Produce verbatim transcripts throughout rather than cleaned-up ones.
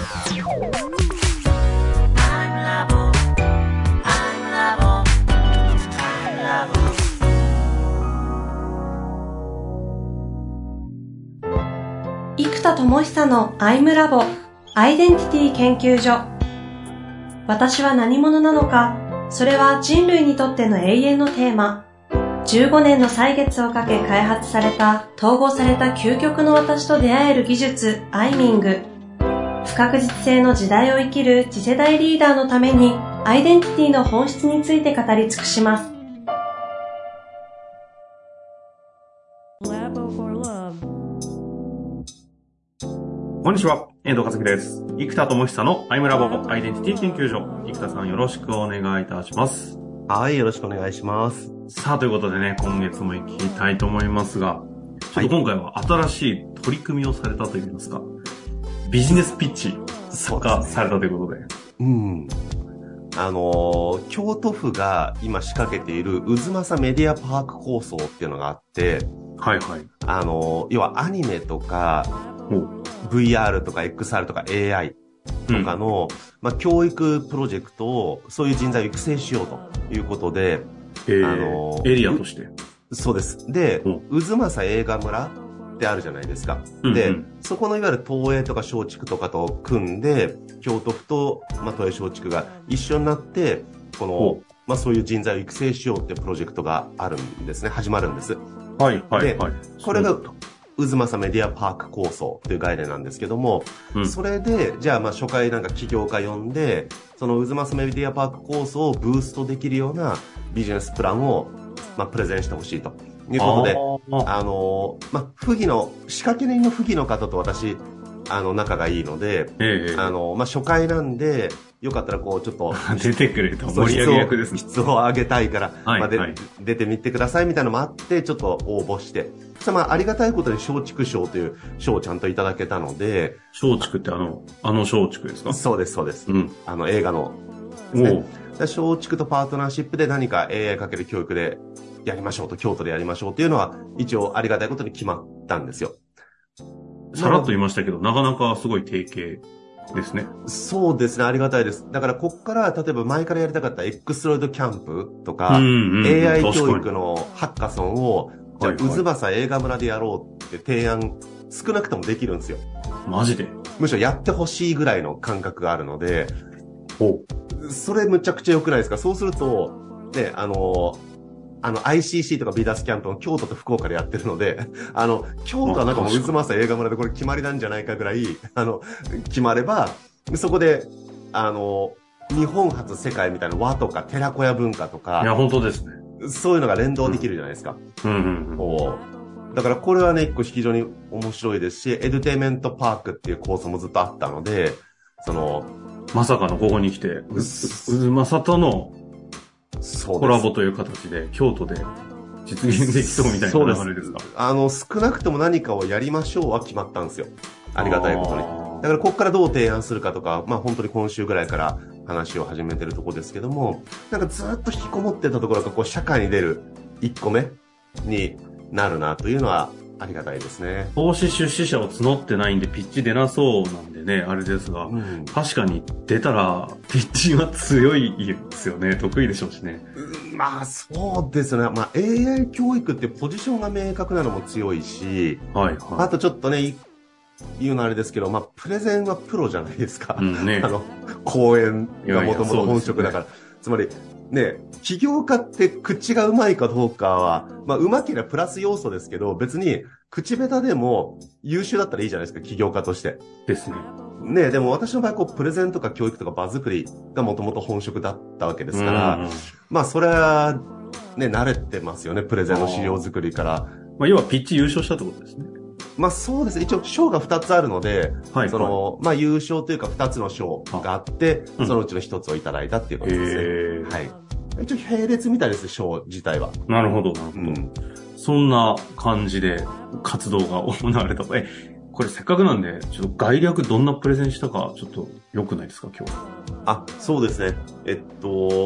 生田智久のアイムラボアイデンティティ研究所。私は何者なのか、それは人類にとっての永遠のテーマ。じゅうごねんの歳月をかけ開発された統合された究極の私と出会える技術アイミング。不確実性の時代を生きる次世代リーダーのためにアイデンティティの本質について語り尽くします。 こんにちは、遠藤和樹です。生田智久のアイムラボアイデンティティ研究所。生田さんよろしくお願いいたします。 はい、よろしくお願いします。 さあ、ということでね、今月も行きたいと思いますが、ちょっと今回は新しい取り組みをされたといいますか、ビジネスピッチ参加されたということで。 うん。あのー、京都府が今仕掛けている渦政メディアパーク構想っていうのがあって、 はいはい。 あのー、要はアニメとか、ブイアール とか エックスアール とか エーアイ とかの、うん、まあ、教育プロジェクトを、そういう人材を育成しようということで、 えー、あのー、エリアとして。 そうです。で、うん、渦政映画村ってあるじゃないですか。 うんうん、 で、そこのいわゆる東映とか松竹とかと組んで、京都府と、まあ、東映松竹が一緒になって、この、まあ、そういう人材を育成しようっていうプロジェクトがあるんですね。始まるんです。 はいはいはい。 で、これが、渦政メディアパーク構想という概念なんですけども、うん、それで、じゃあまあ初回なんか起業家呼んで、その渦政メディアパーク構想をブーストできるようなビジネスプランを、まあ、プレゼンしてほしいということで、あ, あの、まあ、不義の、仕掛け人の不義の方と私、あの、仲がいいので、 ええ、 あの、まあ、初回なんで、よかったらこう、ちょっと。 出てくれと盛り上げ役ですね。 質を上げたいから、 はいまあではい、 出てみてくださいみたいなのもあって、ちょっと応募して。そまあ、ありがたいことに松竹賞という賞をちゃんといただけたので。 松竹ってあの、あの松竹ですか？ そうです、そうです。 うん。 あの、映画のですね。松竹とパートナーシップで何か エーアイ かける教育でやりましょうと、京都でやりましょうっていうのは、一応ありがたいことに決まったんですよ。 さらっと言いましたけど、なかなかすごい提携ですね。 そうですね、ありがたいです。だからこっから、例えば前からやりたかったエクスロイドキャンプとか、 うんうんうん、 エーアイ 教育のハッカソンを、じゃあ、渦政映画村でやろうって提案、少なくともできるんですよ。 マジで？ むしろやってほしいぐらいの感覚があるので、おそれむちゃくちゃ良くないですか？そうすると、ね、あの、あの アイシーシー とか ビーダス キャンプの京都と福岡でやってるので、あの、京都はなんかもう渦政映画村でこれ決まりなんじゃないかぐらい、あの、決まれば、そこで、あの、日本初世界みたいな和とか寺子屋文化とか、 いや、本当ですね。 そういうのが連動できるじゃないですか。 うんうんうんだからこれはね、一個非常に面白いですし、エデュテイメントパークっていう構想もずっとあったので、その、 まさかのここに来て、渦政とのコラボという形で京都で実現できそうみたいな流れですか？ そうです。あの、少なくとも何かをやりましょうは決まったんですよ。ありがたいことに。だからここからどう提案するかとか、まあ本当に今週ぐらいから話を始めてるところですけども、なんかずっと引きこもってたところがこう社会に出るいっこめになるなというのはありがたいですね。 投資出資者を募ってないんでピッチ出なそうなんでね、あれですが、うん、確かに出たらピッチは強いですよね。得意でしょうしね。 うん、まあそうですね。まあ エーアイ 教育ってポジションが明確なのも強いし、 はいはい、 あとちょっとね、言うのあれですけど、まあプレゼンはプロじゃないですか。 うんね、 あの、講演がもともと本職だから。いやいやね、つまり、ね、起業家って口がうまいかどうかは、まあ、うまければプラス要素ですけど、別に口下手でも優秀だったらいいじゃないですか、起業家として。 ですね。 ね、でも私の場合、こう、プレゼンとか教育とか場作りがもともと本職だったわけですから、うんうん、まあ、それは、ね、慣れてますよね、プレゼンの資料作りから。 まあ、要はピッチ優勝したってことですね。 まあそうですね。一応賞がふたつあるので、 はい、 その、まあ優勝というかふたつの賞があって、そのうちのひとつをいただいたっていうことですね。 うん、 はい。一応並列みたいです、賞自体は。 なるほど、なるほど。うん、そんな感じで活動が行われた。え、これせっかくなんで、ちょっと概略どんなプレゼンしたか、ちょっと良くないですか、今日。 あ、そうですね。えっと、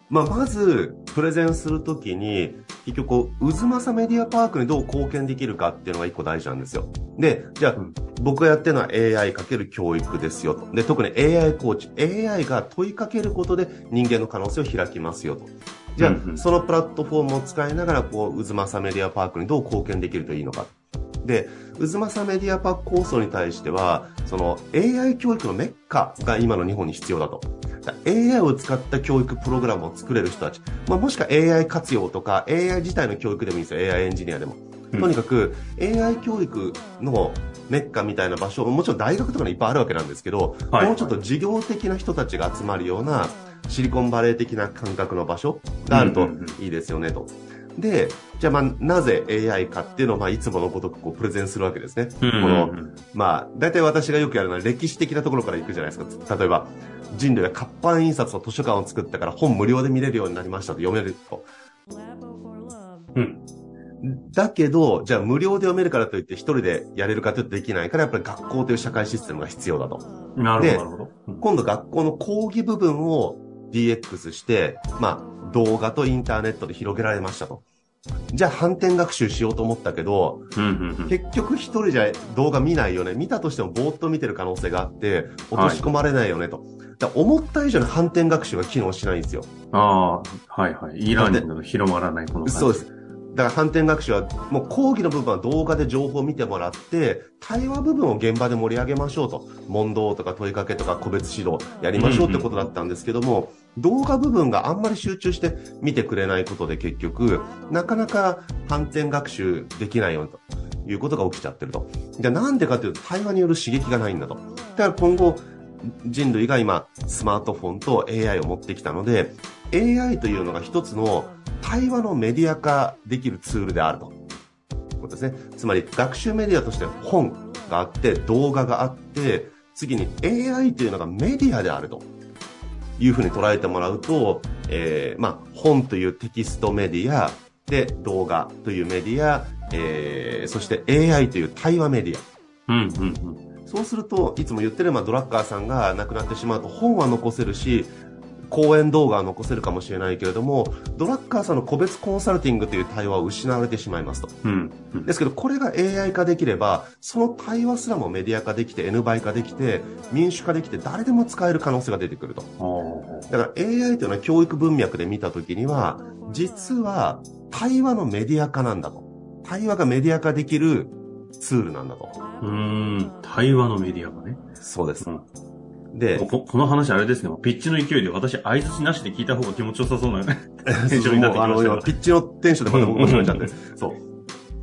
まあ、まず、プレゼンするときに、結局こう、渦政メディアパークにどう貢献できるかっていうのが一個大事なんですよ。で、じゃあ、うん、僕がやってるのは エーアイ かける教育ですよと。で、特に エーアイ コーチ。エーアイ が問いかけることで人間の可能性を開きますよと。じゃあ、うんうん、そのプラットフォームを使いながら、こう、渦政メディアパークにどう貢献できるといいのか。で、渦政メディアパーク構想に対しては、その エーアイ 教育のメッカが今の日本に必要だと。エーアイ を使った教育プログラムを作れる人たち、まあ、もしくは エーアイ 活用とか エーアイ 自体の教育でもいいですよ。 エーアイ エンジニアでも、うん、とにかく エーアイ 教育のメッカみたいな場所、もちろん大学とかにいっぱいあるわけなんですけど、はい、もうちょっと事業的な人たちが集まるようなシリコンバレー的な感覚の場所があるといいですよねと。で、じゃあまあなぜ エーアイ かっていうのをまあいつものごとくこうプレゼンするわけですね。うんうんうん、このまあ大体私がよくやるのは歴史的なところから行くじゃないですか。例えば人類は活版印刷の図書館を作ったから本無料で見れるようになりましたと読めると。うん。だけどじゃあ無料で読めるからといって一人でやれるかというとできないから、やっぱり学校という社会システムが必要だと。 なるほどなるほど。 うん、今度学校の講義部分を ディーエックス してまあ動画とインターネットで広げられましたと。じゃあ反転学習しようと思ったけど、うんうんうん、結局一人じゃ動画見ないよね。見たとしてもぼーっと見てる可能性があって落とし込まれないよねと。はい、だ思った以上に反転学習が機能しないんですよ。 ああ、はいはい。e ラーニングの広まらないこの感じ。 そうです。だから反転学習はもう講義の部分は動画で情報を見てもらって対話部分を現場で盛り上げましょうと。問答とか問いかけとか個別指導やりましょうってことだったんですけども、うんうん、動画部分があんまり集中して見てくれないことで結局なかなか反転学習できないよということが起きちゃってると。じゃあなんでかというと対話による刺激がないんだと。だから今後人類が今スマートフォンと エーアイ を持ってきたので エーアイ というのが一つの対話のメディア化できるツールであるということですね。つまり学習メディアとして本があって動画があって次に エーアイ というのがメディアであるというふうに捉えてもらうと、えー、まあ本というテキストメディアで動画というメディア、えー、そして エーアイ という対話メディア。うんうんうん。そうするといつも言ってるまあドラッカーさんが亡くなってしまうと本は残せるし講演動画は残せるかもしれないけれどもドラッカーさんの個別コンサルティングという対話を失われてしまいますと、うんうん、ですけどこれが エーアイ 化できればその対話すらもメディア化できて N 倍化できて民主化できて誰でも使える可能性が出てくると。だから エーアイ というのは教育文脈で見たときには実は対話のメディア化なんだと。対話がメディア化できるツールなんだと。 うーん、対話のメディア化ね。 そうです、うんでこ、この話あれですね、ピッチの勢いで私、相槌なしで聞いた方が気持ちよさそうなテンションになってきました。 あの、ピッチのテンションでまた僕もしまっちゃって。そう。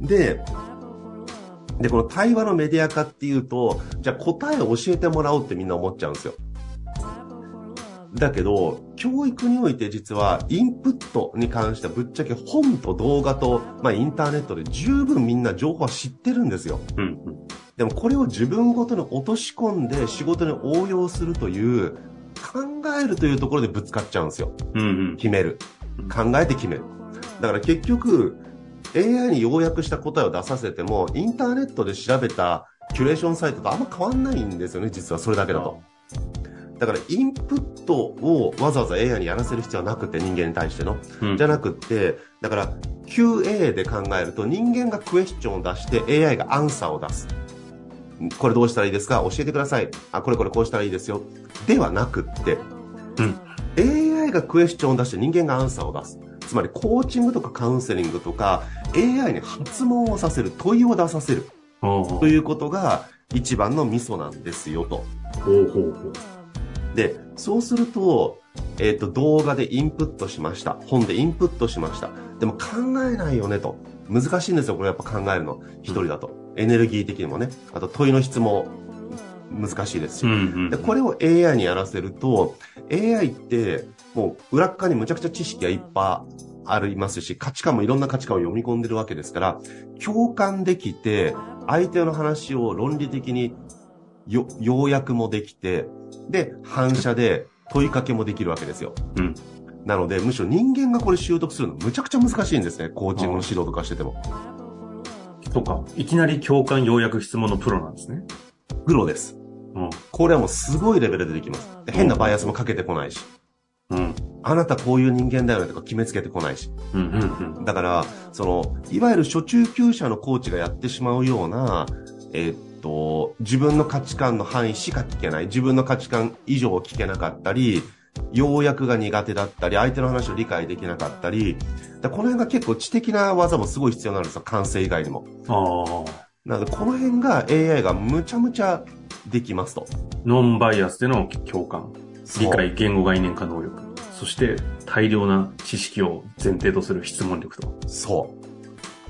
で、で、この対話のメディア化っていうと、じゃあ答えを教えてもらおうってみんな思っちゃうんですよ。だけど、教育において実は、インプットに関してはぶっちゃけ本と動画と、まあインターネットで十分みんな情報は知ってるんですよ。うんうんでもこれを自分ごとに落とし込んで仕事に応用するという考えるというところでぶつかっちゃうんですよ。うんうん、決める。考えて決める。だから結局 エーアイ に要約した答えを出させてもインターネットで調べたキュレーションサイトとあんま変わんないんですよね、実はそれだけだと。だからインプットをわざわざ エーアイ にやらせる必要はなくて人間に対しての、うん、じゃなくってだから キューエー で考えると人間がクエスチョンを出して エーアイ がアンサーを出す。これどうしたらいいですか？教えてください。あ、これこれこうしたらいいですよ。ではなくって、うん、エーアイ がクエスチョンを出して人間がアンサーを出す。つまりコーチングとかカウンセリングとか エーアイ に発問をさせる、問いを出させるということが一番のミソなんですよと。ほうほうほう。で、そうすると、えっと、動画でインプットしました。本でインプットしました。でも考えないよねと。難しいんですよ、これやっぱ考えるの。一人だと。うんエネルギー的にもね、あと問いの質も難しいですし、うんうん、でこれを エーアイ にやらせると エーアイ ってもう裏側にむちゃくちゃ知識がいっぱいありますし価値観もいろんな価値観を読み込んでるわけですから共感できて相手の話を論理的によ要約もできてで反射で問いかけもできるわけですよ、うん、なのでむしろ人間がこれ習得するのむちゃくちゃ難しいんですねコーチングの指導とかしててもとか、いきなり共感要約質問のプロなんですね。 プロです。うん。これはもうすごいレベルでできます。変なバイアスもかけてこないし。うん。 あなたこういう人間だよねとか決めつけてこないし。 うんうんうん、 だから、その、いわゆる初中級者のコーチがやってしまうような、えーっと、自分の価値観の範囲しか聞けない、自分の価値観以上を聞けなかったり、要約が苦手だったり、相手の話を理解できなかったり、だこの辺が結構知的な技もすごい必要なんですよ、感性以外にも。 ああ。 なので、この辺が エーアイ がむちゃむちゃできますと。 ノンバイアスでの共感、理解、言語概念化能力、そして大量な知識を前提とする質問力と。 そう。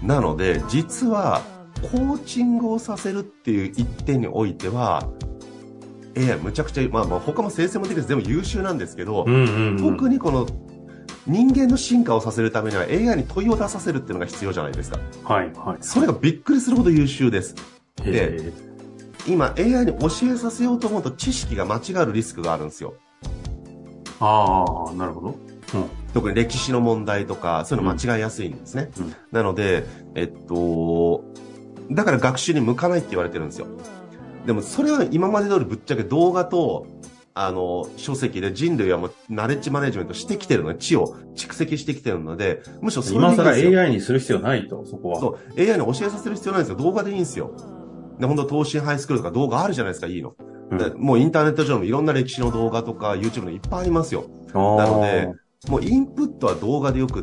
なので、実は、コーチングをさせるっていう一点においては、エーアイ むちゃくちゃ、まあまあ他も先生もできる全部優秀なんですけど、 うんうんうん、 特にこの人間の進化をさせるためには エーアイ に問いを出させるっていうのが必要じゃないですか。 はいはい。 それがびっくりするほど優秀です。 で、 今 エーアイ に教えさせようと思うと知識が間違うリスクがあるんですよ。 ああ、なるほど。うん、 特に歴史の問題とか、そういうの間違いやすいんですね。うんうん、なので、えっと、だから学習に向かないって言われてるんですよ。でもそれは今まで通りぶっちゃけ動画と、あの、書籍で人類はもうナレッジマネジメントしてきてるので、知を蓄積してきてるので、むしろそれでいいんですよ。 今更 エーアイ にする必要ないと、そこは。 そう、エーアイ に教えさせる必要ないんですよ。動画でいいんですよ。で、本当東進ハイスクールとか動画あるじゃないですか、いいの。うん、もうインターネット上もいろんな歴史の動画とか YouTube のいっぱいありますよ。なので、もうインプットは動画でよくって、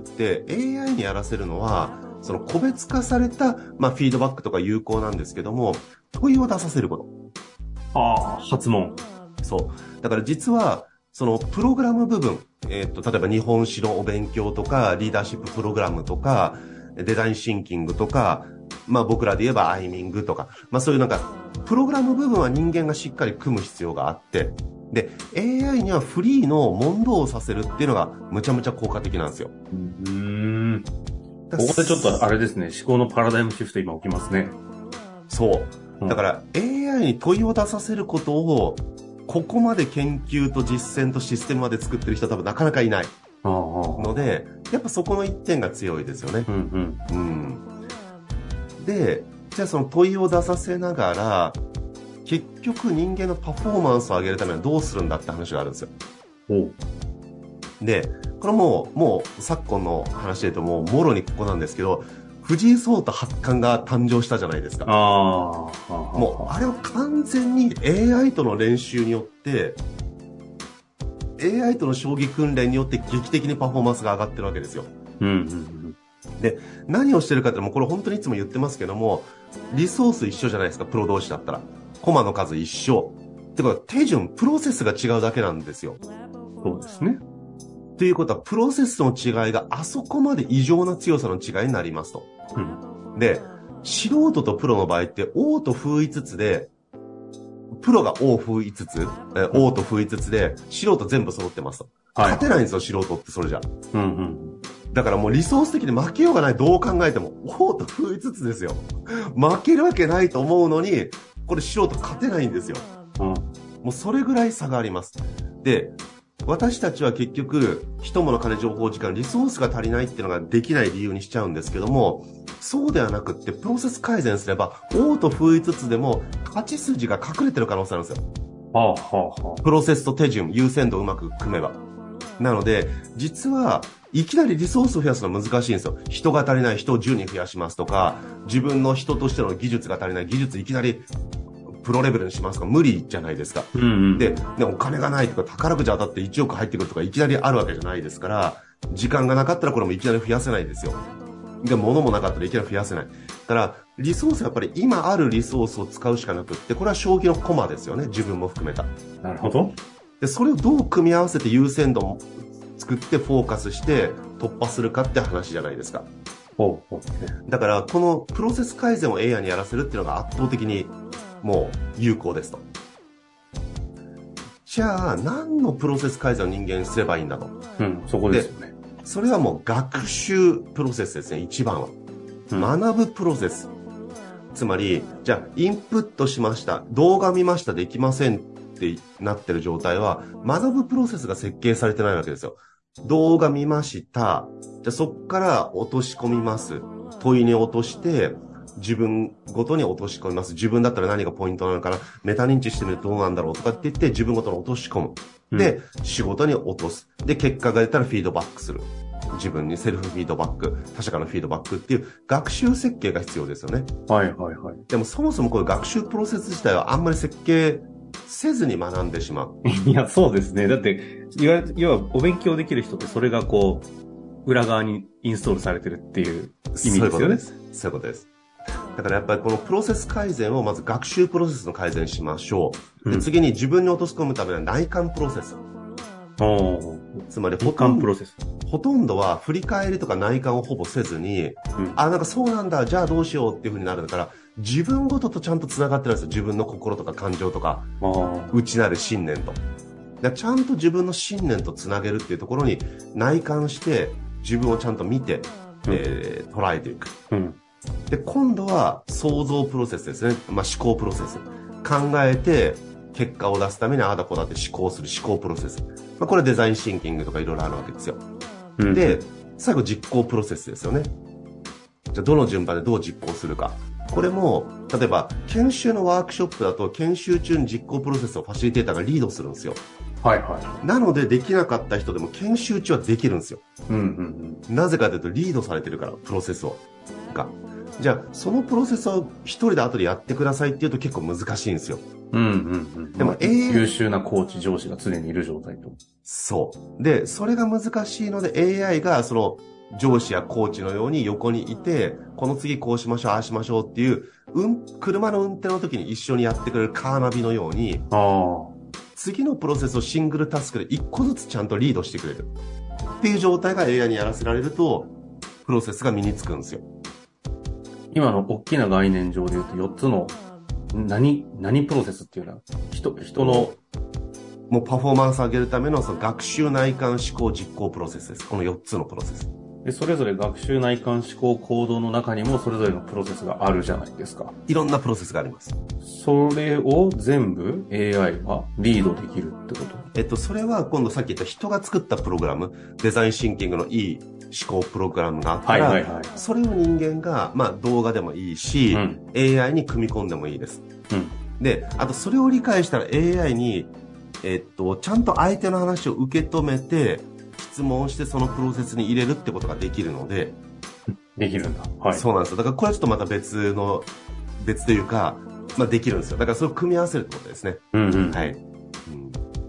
エーアイ にやらせるのは、その個別化された、まあ、フィードバックとか有効なんですけども、問いを出させること。 ああ、発問。 そう。だから実は、そのプログラム部分、えっと、例えば日本史のお勉強とか、リーダーシッププログラムとか、デザインシンキングとか、まあ僕らで言えばアイミングとか、まあそういうなんか、プログラム部分は人間がしっかり組む必要があって、で、エーアイ にはフリーの問答をさせるっていうのがむちゃむちゃ効果的なんですよ。 うーん。ここでちょっとあれですね、思考のパラダイムシフト今起きますね。 そう。だから、うん、エーアイ に問いを出させることを、ここまで研究と実践とシステムまで作ってる人は多分なかなかいない。ので、やっぱそこの一点が強いですよね。 うんうんうん、で、じゃあその問いを出させながら、結局人間のパフォーマンスを上げるためにはどうするんだって話があるんですよ。 おで、これもう、もう昨今の話で言うともうもろにここなんですけど、藤井聡太八冠が誕生したじゃないですか。 あもう、あれは完全に エーアイ との練習によって、エーアイ との将棋訓練によって劇的にパフォーマンスが上がってるわけですよ。 うんうんうん、 で、何をしてるかってもうこれ本当にいつも言ってますけども、リソース一緒じゃないですか、プロ同士だったら。コマの数一緒。ってことは手順、プロセスが違うだけなんですよ。 そうですね。 ということは、プロセスの違いがあそこまで異常な強さの違いになりますと。 うん、 で、素人とプロの場合って、O と封いつつで、プロが O 封いつつ、え O と封いつつで、素人全部揃ってますと。はい、勝てないんですよ、素人ってそれじゃ。 うんうん、 だからもうリソース的に負けようがない、どう考えても。O と封いつつですよ。負けるわけないと思うのに、これ素人勝てないんですよ。 うん、もうそれぐらい差があります。で、私たちは結局、人物金情報時間、リソースが足りないっていうのができない理由にしちゃうんですけども、そうではなくって、プロセス改善すれば、O と封いつつでも、勝ち筋が隠れてる可能性あるんですよ。 はあはあはあ、 プロセスと手順、優先度をうまく組めば。なので、実は、いきなりリソースを増やすのは難しいんですよ。人が足りない人をじゅうにん増やしますとか、自分の人としての技術が足りない技術いきなり、プロレベルにしますか無理じゃないですか。 うんうん、 で、ね、お金がないとか宝くじ当たっていちおく入ってくるとかいきなりあるわけじゃないですから、時間がなかったらこれもいきなり増やせないですよ。で、物もなかったらいきなり増やせない。だから、リソースはやっぱり今あるリソースを使うしかなくって、これは将棋の駒ですよね。自分も含めた。 なるほど。 で、それをどう組み合わせて優先度を作ってフォーカスして突破するかって話じゃないですか。 ほうほう。 だから、このプロセス改善を エーアイ にやらせるっていうのが圧倒的にもう有効ですと。じゃあ何のプロセス改善を人間にすればいいんだと。 うん、そこですよね。 それはもう学習プロセスですね、一番は。うん、学ぶプロセス。つまり、じゃあインプットしました、動画見ました、できませんってなってる状態は、学ぶプロセスが設計されてないわけですよ。動画見ました。じゃあそっから落とし込みます。問いに落として、自分ごとに落とし込みます。自分だったら何がポイントなのかな、メタ認知してみるとどうなんだろうとかって言って自分ごとに落とし込む。 で、うん、仕事に落とす。で、結果が出たらフィードバックする。自分にセルフフィードバック、他者からのフィードバックっていう学習設計が必要ですよね。 はいはいはい。 でもそもそもこういう学習プロセス自体はあんまり設計せずに学んでしまう。 いや、そうですね。だって、要はお勉強できる人ってそれがこう、裏側にインストールされてるっていう意味ですよね。そういうことです。 そういうことです。だからやっぱりこのプロセス改善をまず学習プロセスの改善しましょう。で、次に自分に落とし込むための内観プロセス。 おつまり内観プロセス。 ほとんどは振り返りとか内観をほぼせずに、うん、あ、なんかそうなんだ、じゃあどうしようっていう風になるから、自分ごととちゃんと繋がってるんですよ。自分の心とか感情とか、内なる信念と。ちゃんと自分の信念と繋げるっていうところに内観して、自分をちゃんと見て、うん、えー、捉えていく。うん、で、今度は想像プロセスですね。まあ、思考プロセス。考えて、結果を出すためにああだこうだって思考する思考プロセス。まあ、これデザインシンキングとかいろいろあるわけですよ。うん、で、最後実行プロセスですよね。じゃあどの順番でどう実行するか。これも、例えば、研修のワークショップだと、研修中に実行プロセスをファシリテーターがリードするんですよ。 はいはい。 なので、できなかった人でも研修中はできるんですよ。うんうんうん。なぜかというと、リードされてるから、プロセスを。が。じゃあ、そのプロセスを一人で後でやってくださいっていうと結構難しいんですよ。 うんうんうん。でも、エーアイ、優秀なコーチ上司が常にいる状態と。 そう。で、それが難しいので エーアイ がその上司やコーチのように横にいて、この次こうしましょう、ああしましょうっていう、うん、車の運転の時に一緒にやってくれるカーナビのように、あ次のプロセスをシングルタスクで一個ずつちゃんとリードしてくれる。っていう状態が エーアイ にやらせられると、プロセスが身につくんですよ。 今の大きな概念上で言うとよっつの何、何プロセスっていうのは人、人のもうパフォーマンス上げるためのその学習内観思考実行プロセスです。このよっつのプロセス。 で、それぞれ学習内観思考行動の中にもそれぞれのプロセスがあるじゃないですか。 いろんなプロセスがあります。 それを全部 エーアイ がリードできるってこと？ えっと、それは今度さっき言った人が作ったプログラム、デザインシンキングのいい思考プログラムがあったら、はいはいはい、それを人間が、まあ動画でもいいし、うん、エーアイ に組み込んでもいいです。うん、で、あとそれを理解したら エーアイ に、えっと、ちゃんと相手の話を受け止めて、質問してそのプロセスに入れるってことができるので。 できるんだ。はい。 そうなんですよ。だからこれはちょっとまた別の、別というか、まあできるんですよ。だからそれを組み合わせるってことですね。うんうん。はい。うん、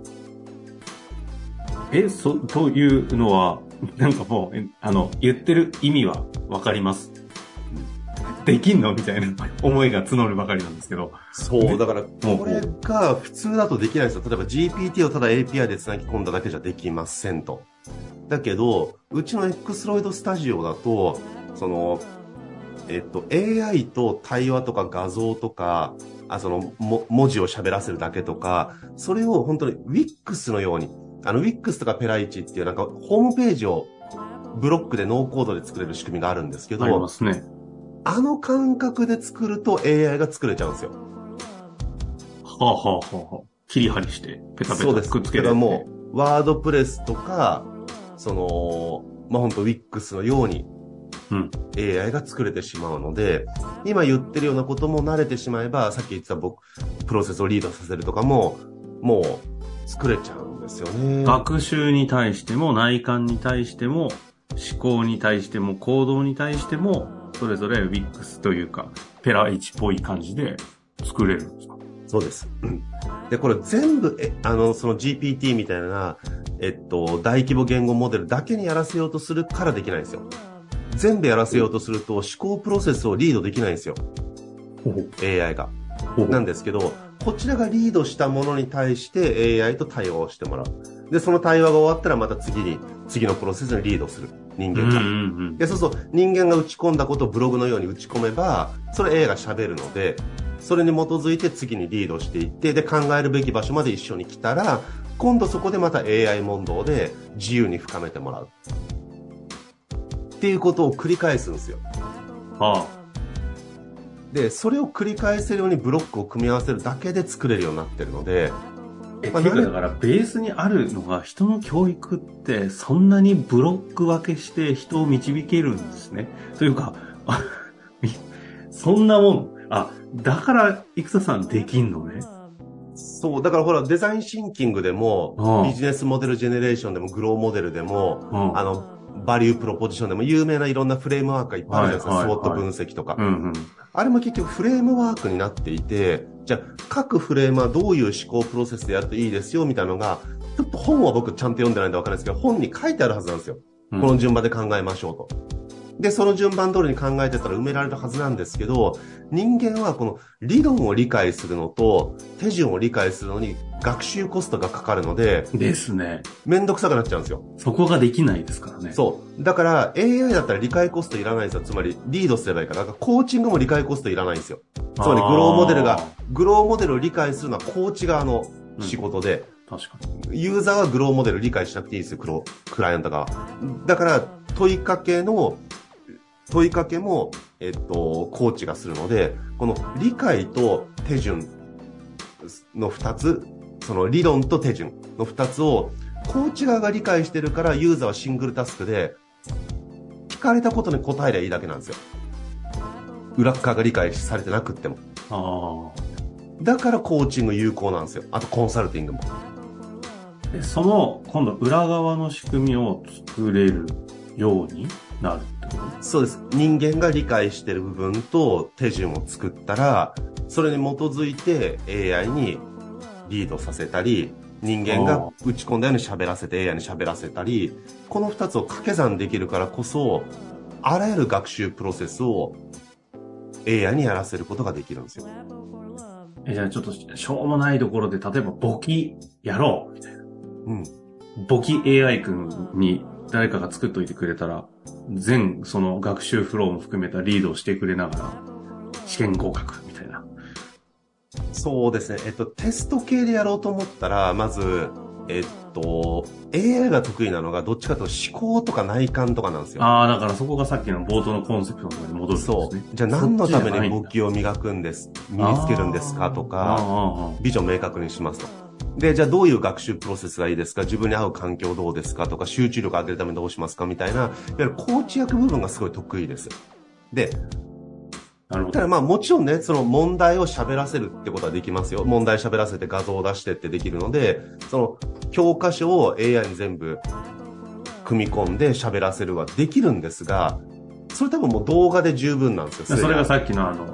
え、そ、というのは、なんかもう、あの、言ってる意味はわかります。できんのみたいな思いが募るばかりなんですけど。 そう、だから、これが普通だとできないんですよ。例えば ジーピーティー をただ エーピーアイ で繋ぎ込んだだけじゃできませんと。だけど、うちの X ロイドスタジオだと、その、えっと、エーアイ と対話とか画像とか、あ、その、も、文字を喋らせるだけとか、それを本当に ウィックス のように、あの ウィックス とかペライチっていうなんかホームページをブロックでノーコードで作れる仕組みがあるんですけど、 ありますね。 あの感覚で作ると エーアイ が作れちゃうんですよ。 はあ、はあはあ、切り張りしてペタペタくっつける。 だからもうワードプレスとかそのまあ本当 ウィックス のように、うん、エーアイ が作れてしまうので、今言ってるようなことも慣れてしまえば、さっき言ってた僕プロセスをリードさせるとかももう作れちゃうんですよね。 学習に対しても内観に対しても思考に対しても行動に対してもそれぞれ ウィックス というかペライチっぽい感じで作れるんですか？ そうです。で、これ全部えあのその ジーピーティー みたいなえっと大規模言語モデルだけにやらせようとするからできないんですよ。全部やらせようとすると思考プロセスをリードできないんですよ。エーアイ が。なんですけど、こちらがリードしたものに対して エーアイ と対話をしてもらう。で、その対話が終わったらまた次に、次のプロセスにリードする。人間が。うんうんうん、で、そうそう、人間が打ち込んだことをブログのように打ち込めば、それ エーアイ が喋るので、それに基づいて次にリードしていって、で、考えるべき場所まで一緒に来たら、今度そこでまた エーアイ 問答で自由に深めてもらう。っていうことを繰り返すんですよ。はあ。で、それを繰り返せるようにブロックを組み合わせるだけで作れるようになってるので、 え、まあ、ていうかだからベースにあるのが人の教育ってそんなにブロック分けして人を導けるんですね。というか、そんなもん、あ、だから生田さんできんのね。 そう、だからほら、デザインシンキングでも、 うん、 ビジネスモデルジェネレーションでも、グローモデルでも、 うん、 あの、バリュープロポジションでも有名ないろんなフレームワークがいっぱいあるじゃないですか、 はいはいはい、 スウォット分析とか、 うんうん。 あれも結局フレームワークになっていて、じゃあ各フレームはどういう思考プロセスでやるといいですよみたいなのが、ちょっと本は僕ちゃんと読んでないんでわかんないですけど、本に書いてあるはずなんですよ。 うん、 この順番で考えましょうと。で、その順番通りに考えてたら埋められるはずなんですけど、人間はこの理論を理解するのと手順を理解するのに学習コストがかかるので、 ですね。 めんどくさくなっちゃうんですよ。 そこができないですからね。 そう。だから エーアイ だったら理解コストいらないんですよ。つまりリードすればいいから。だからコーチングも理解コストいらないんですよ。つまりグローモデルが、グローモデルを理解するのはコーチ側の仕事で、 うん、確かに。 ユーザーはグローモデル理解しなくていいですよ、クロクライアントが。だから問いかけの、問いかけも、えっと、コーチがするので、この理解と手順の二つ、その理論と手順の二つを、コーチ側が理解してるからユーザーはシングルタスクで、聞かれたことに答えりゃいいだけなんですよ。裏側が理解されてなくっても。 あだからコーチング有効なんですよ。あとコンサルティングも。 でその、今度裏側の仕組みを作れるようになるってこと？ そうです。人間が理解してる部分と手順を作ったら、それに基づいて エーアイ にリードさせたり、人間が打ち込んだように喋らせて エーアイ に喋らせたり、この二つを掛け算できるからこそ、あらゆる学習プロセスを エーアイ にやらせることができるんですよ。 え、じゃあちょっとしょうもないところで、例えば簿記やろうみたいな。 うん。 簿記 エーアイ 君に誰かが作っといてくれたら、全その学習フローも含めたリードをしてくれながら、試験合格みたいな。 そうですね。えっと、テスト系でやろうと思ったら、まず、えっと、エーアイ が得意なのがどっちかというと思考とか内観とかなんですよ。 ああ、だからそこがさっきの冒頭のコンセプトのところに戻るんですね。 そう。じゃあ何のために簿記を磨くんです、身につけるんですかとか、ビジョン明確にしますと。で、じゃあどういう学習プロセスがいいですか、自分に合う環境どうですかとか、集中力を上げるためにどうしますかみたいな、いわゆるコーチ役部分がすごい得意です。で、 なるほど。 ただまあもちろんね、その問題を喋らせるってことはできますよ。問題喋らせて画像を出してってできるので、その教科書を エーアイ に全部組み込んで喋らせるはできるんですが、それ多分もう動画で十分なんですよ。 それがさっきのあの、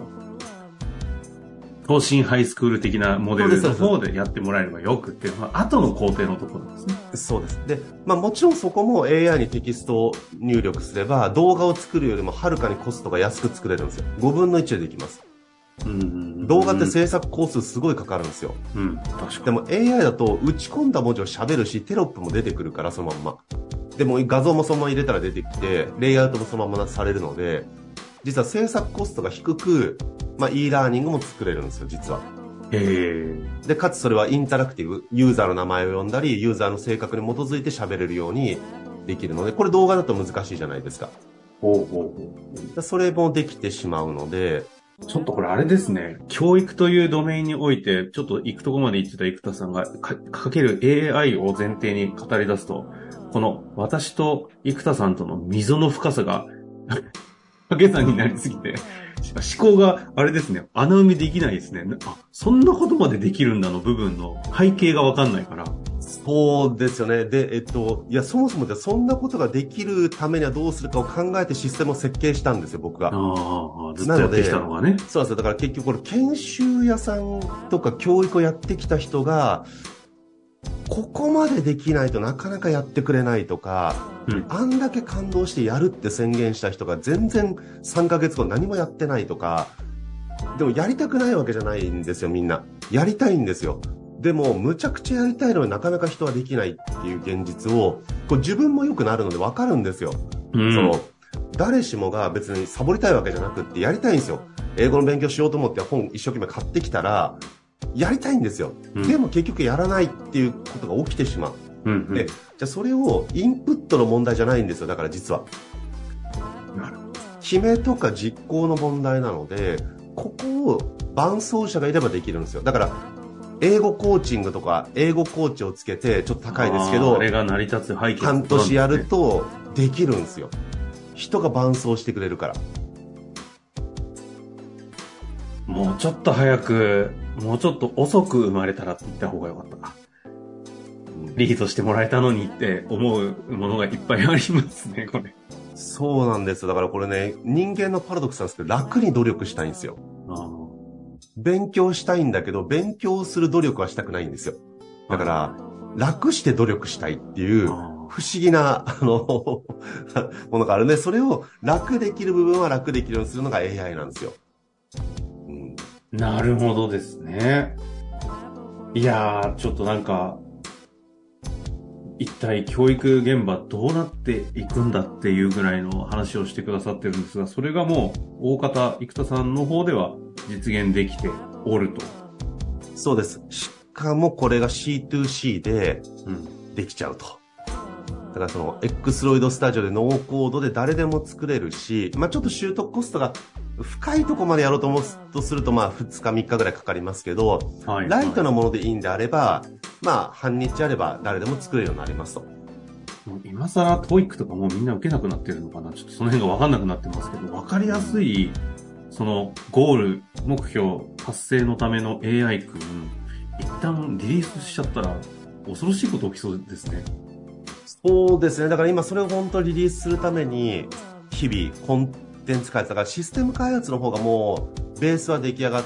東進ハイスクール的なモデルの方でやってもらえればよくっていうのは後の工程のところなんですね。 そうです。で、まあもちろんそこも エーアイ にテキストを入力すれば動画を作るよりもはるかにコストが安く作れるんですよ。ごぶんのいちでできます。 うん動画って制作工数すごいかかるんですよ。 うん、確かに。 でも エーアイ だと打ち込んだ文字を喋るし、テロップも出てくるからそのまんま。でも画像もそのまま入れたら出てきて、レイアウトもそのままされるので、実は制作コストが低く、まあ e ラーニングも作れるんですよ、実は。 へー。 で、かつそれはインタラクティブ、ユーザーの名前を呼んだり、ユーザーの性格に基づいて喋れるようにできるので、これ動画だと難しいじゃないですか。 ほうほうほう。 それもできてしまうので、 ちょっとこれあれですね。教育というドメインにおいて、ちょっと行くとこまで行ってた生田さんがか、かける エーアイ を前提に語り出すと、この私と生田さんとの溝の深さが、掛け算になりすぎて、思考があれですね、穴埋めできないですね。あ、そんなことまでできるんだの部分の背景がわかんないから。 そうですよね。で、えっと、いや、そもそもでそんなことができるためにはどうするかを考えてシステムを設計したんですよ、僕が。 ああ、ずっとやってきたのがね。 そうですよ。だから結局これ研修屋さんとか教育をやってきた人が、ここまでできないとなかなかやってくれないとか、うん、あんだけ感動してやるって宣言した人が全然さんかげつご何もやってないとか、でもやりたくないわけじゃないんですよ、みんな。やりたいんですよ。でも、むちゃくちゃやりたいのになかなか人はできないっていう現実を、こう自分も良くなるので分かるんですよ。うん、その、誰しもが別にサボりたいわけじゃなくってやりたいんですよ。英語の勉強しようと思って本一生懸命買ってきたら、やりたいんですよ。うん、でも結局やらないっていうことが起きてしまう。うんうん、で、じゃあそれをインプットの問題じゃないんですよ。だから実は。なるほど。決めとか実行の問題なので、ここを伴走者がいればできるんですよ。だから、英語コーチングとか、英語コーチをつけて、ちょっと高いですけど、 あれが成り立つ背景、ね、 半年やるとできるんですよ。人が伴走してくれるから。 もうちょっと早くもうちょっと遅く生まれたらって言った方がよかったか。リードしてもらえたのにって思うものがいっぱいありますね、これ。 そうなんです。だからこれね、人間のパラドックスなんですけど、楽に努力したいんですよ。 あ勉強したいんだけど、勉強する努力はしたくないんですよ。だから、楽して努力したいっていう、不思議な、あの、ものがあるんで、それを楽できる部分は楽できるようにするのが エーアイ なんですよ。 うん、なるほどですね。いやー、ちょっとなんか、一体教育現場どうなっていくんだっていうぐらいの話をしてくださってるんですが、それがもう大方生田さんの方では実現できておると。 そうです。しかもこれが シーツーシー でできちゃうと。だからその X ロイドスタジオでノーコードで誰でも作れるし、まあちょっと習得コストが深いところまでやろうと思うとするとまあふつかみっかぐらいかかりますけど、はいはい、ライトなものでいいんであれば、まあ半日あれば誰でも作れるようになりますと。 今更 トーイック とかもうみんな受けなくなってるのかな、ちょっとその辺が分かんなくなってますけど、分かりやすいそのゴール目標達成のための エーアイ 君一旦リリースしちゃったら恐ろしいこと起きそうですね。 そうですね。だから今それを本当にリリースするために日々コンテンツ開発だからシステム開発の方がもうベースは出来上がって、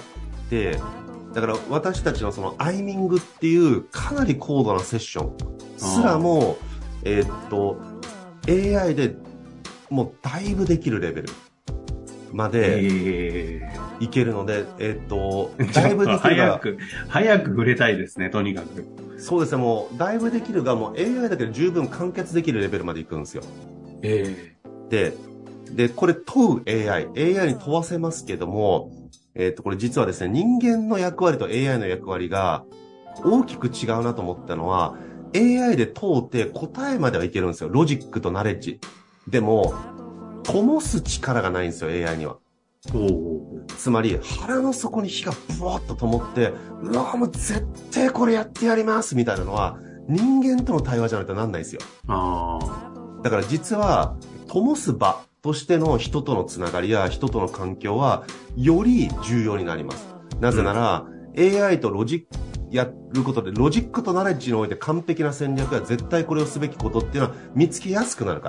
だから私たちのそのアイミングっていうかなり高度なセッションすらもえー、っと エーアイ でもうだいぶできるレベルまでいけるので、えー、っとだいぶできるが早く早く触れたいですね。とにかくそうですね。もうだいぶできるがもう エーアイ だけで十分完結できるレベルまでいくんですよ。 えー、ででこれ問う エーアイ エーアイ に問わせますけども、えー、っとこれ実はですね、人間の役割と エーアイ の役割が大きく違うなと思ったのは、エーアイ で問うて答えまではいけるんですよ。ロジックとナレッジ。でも、灯す力がないんですよ、エーアイ には。つまり、腹の底に火がブワッと灯って、うわもう絶対これやってやりますみたいなのは、人間との対話じゃないとなんないんですよ。 あだから実は、灯す場としての人とのつながりや人との環境は、より重要になります。なぜなら、うん、エーアイ とロジック、やることでロジックとナレッジにおいて完璧な戦略や絶対これをすべきことっていうのは見つけやすくなるから。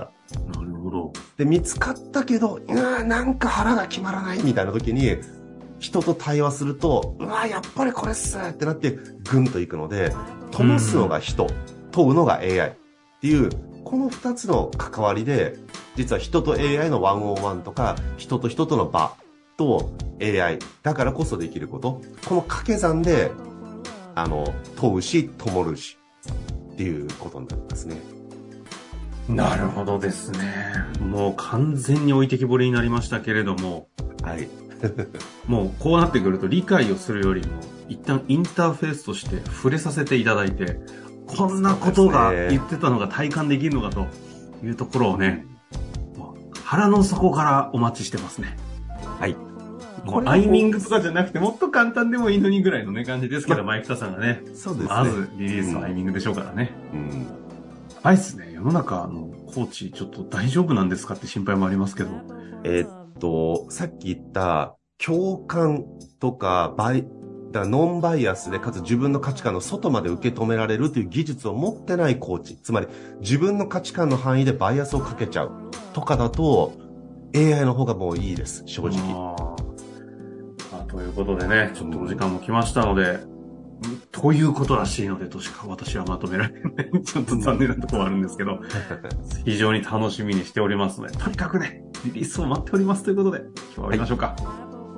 なるほど。 で、見つかったけど、うわなんか腹が決まらないみたいな時に、人と対話すると、うわやっぱりこれっすってなってグンといくので、灯すのが人、問うのが エーアイ っていう、この二つの関わりで、実は人と エーアイ のワンオンワンとか、人と人との場と エーアイ だからこそできること、この掛け算で、あの、問うし、灯るし、っていうことになりますね。 なるほどですね。もう完全に置いてきぼりになりましたけれども。 はい。 もうこうなってくると理解をするよりも、一旦インターフェースとして触れさせていただいて、こんなことが言ってたのが体感できるのかというところをね、もう腹の底からお待ちしてますね。 はい。 もうアイミングとかじゃなくてもっと簡単でもいいのにぐらいのね感じですけど、ま、前北さんがね、 そうですね、 まずリリースのアイミングでしょうからね。 うん。やばいっすね。世の中のコーチちょっと大丈夫なんですかって心配もありますけど。 えー、っと、さっき言った共感とかバイ、だからノンバイアスでかつ自分の価値観の外まで受け止められるという技術を持ってないコーチ、つまり自分の価値観の範囲でバイアスをかけちゃうとかだと エーアイ の方がもういいです、正直。 ということでね、ちょっとお時間も来ましたので、ということらしいのでとしか私はまとめられない。ちょっと残念なところはあるんですけど、非常に楽しみにしておりますので、とにかくね、リリースを待っておりますということで、今日は終わりましょうか。はい、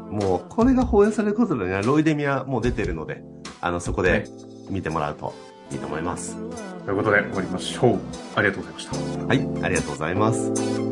もう、これが放映されることでね、ロイデミはもう出てるので、あの、そこで見てもらうといいと思います。 ということで、終わりましょう。ありがとうございました。 はい、ありがとうございます。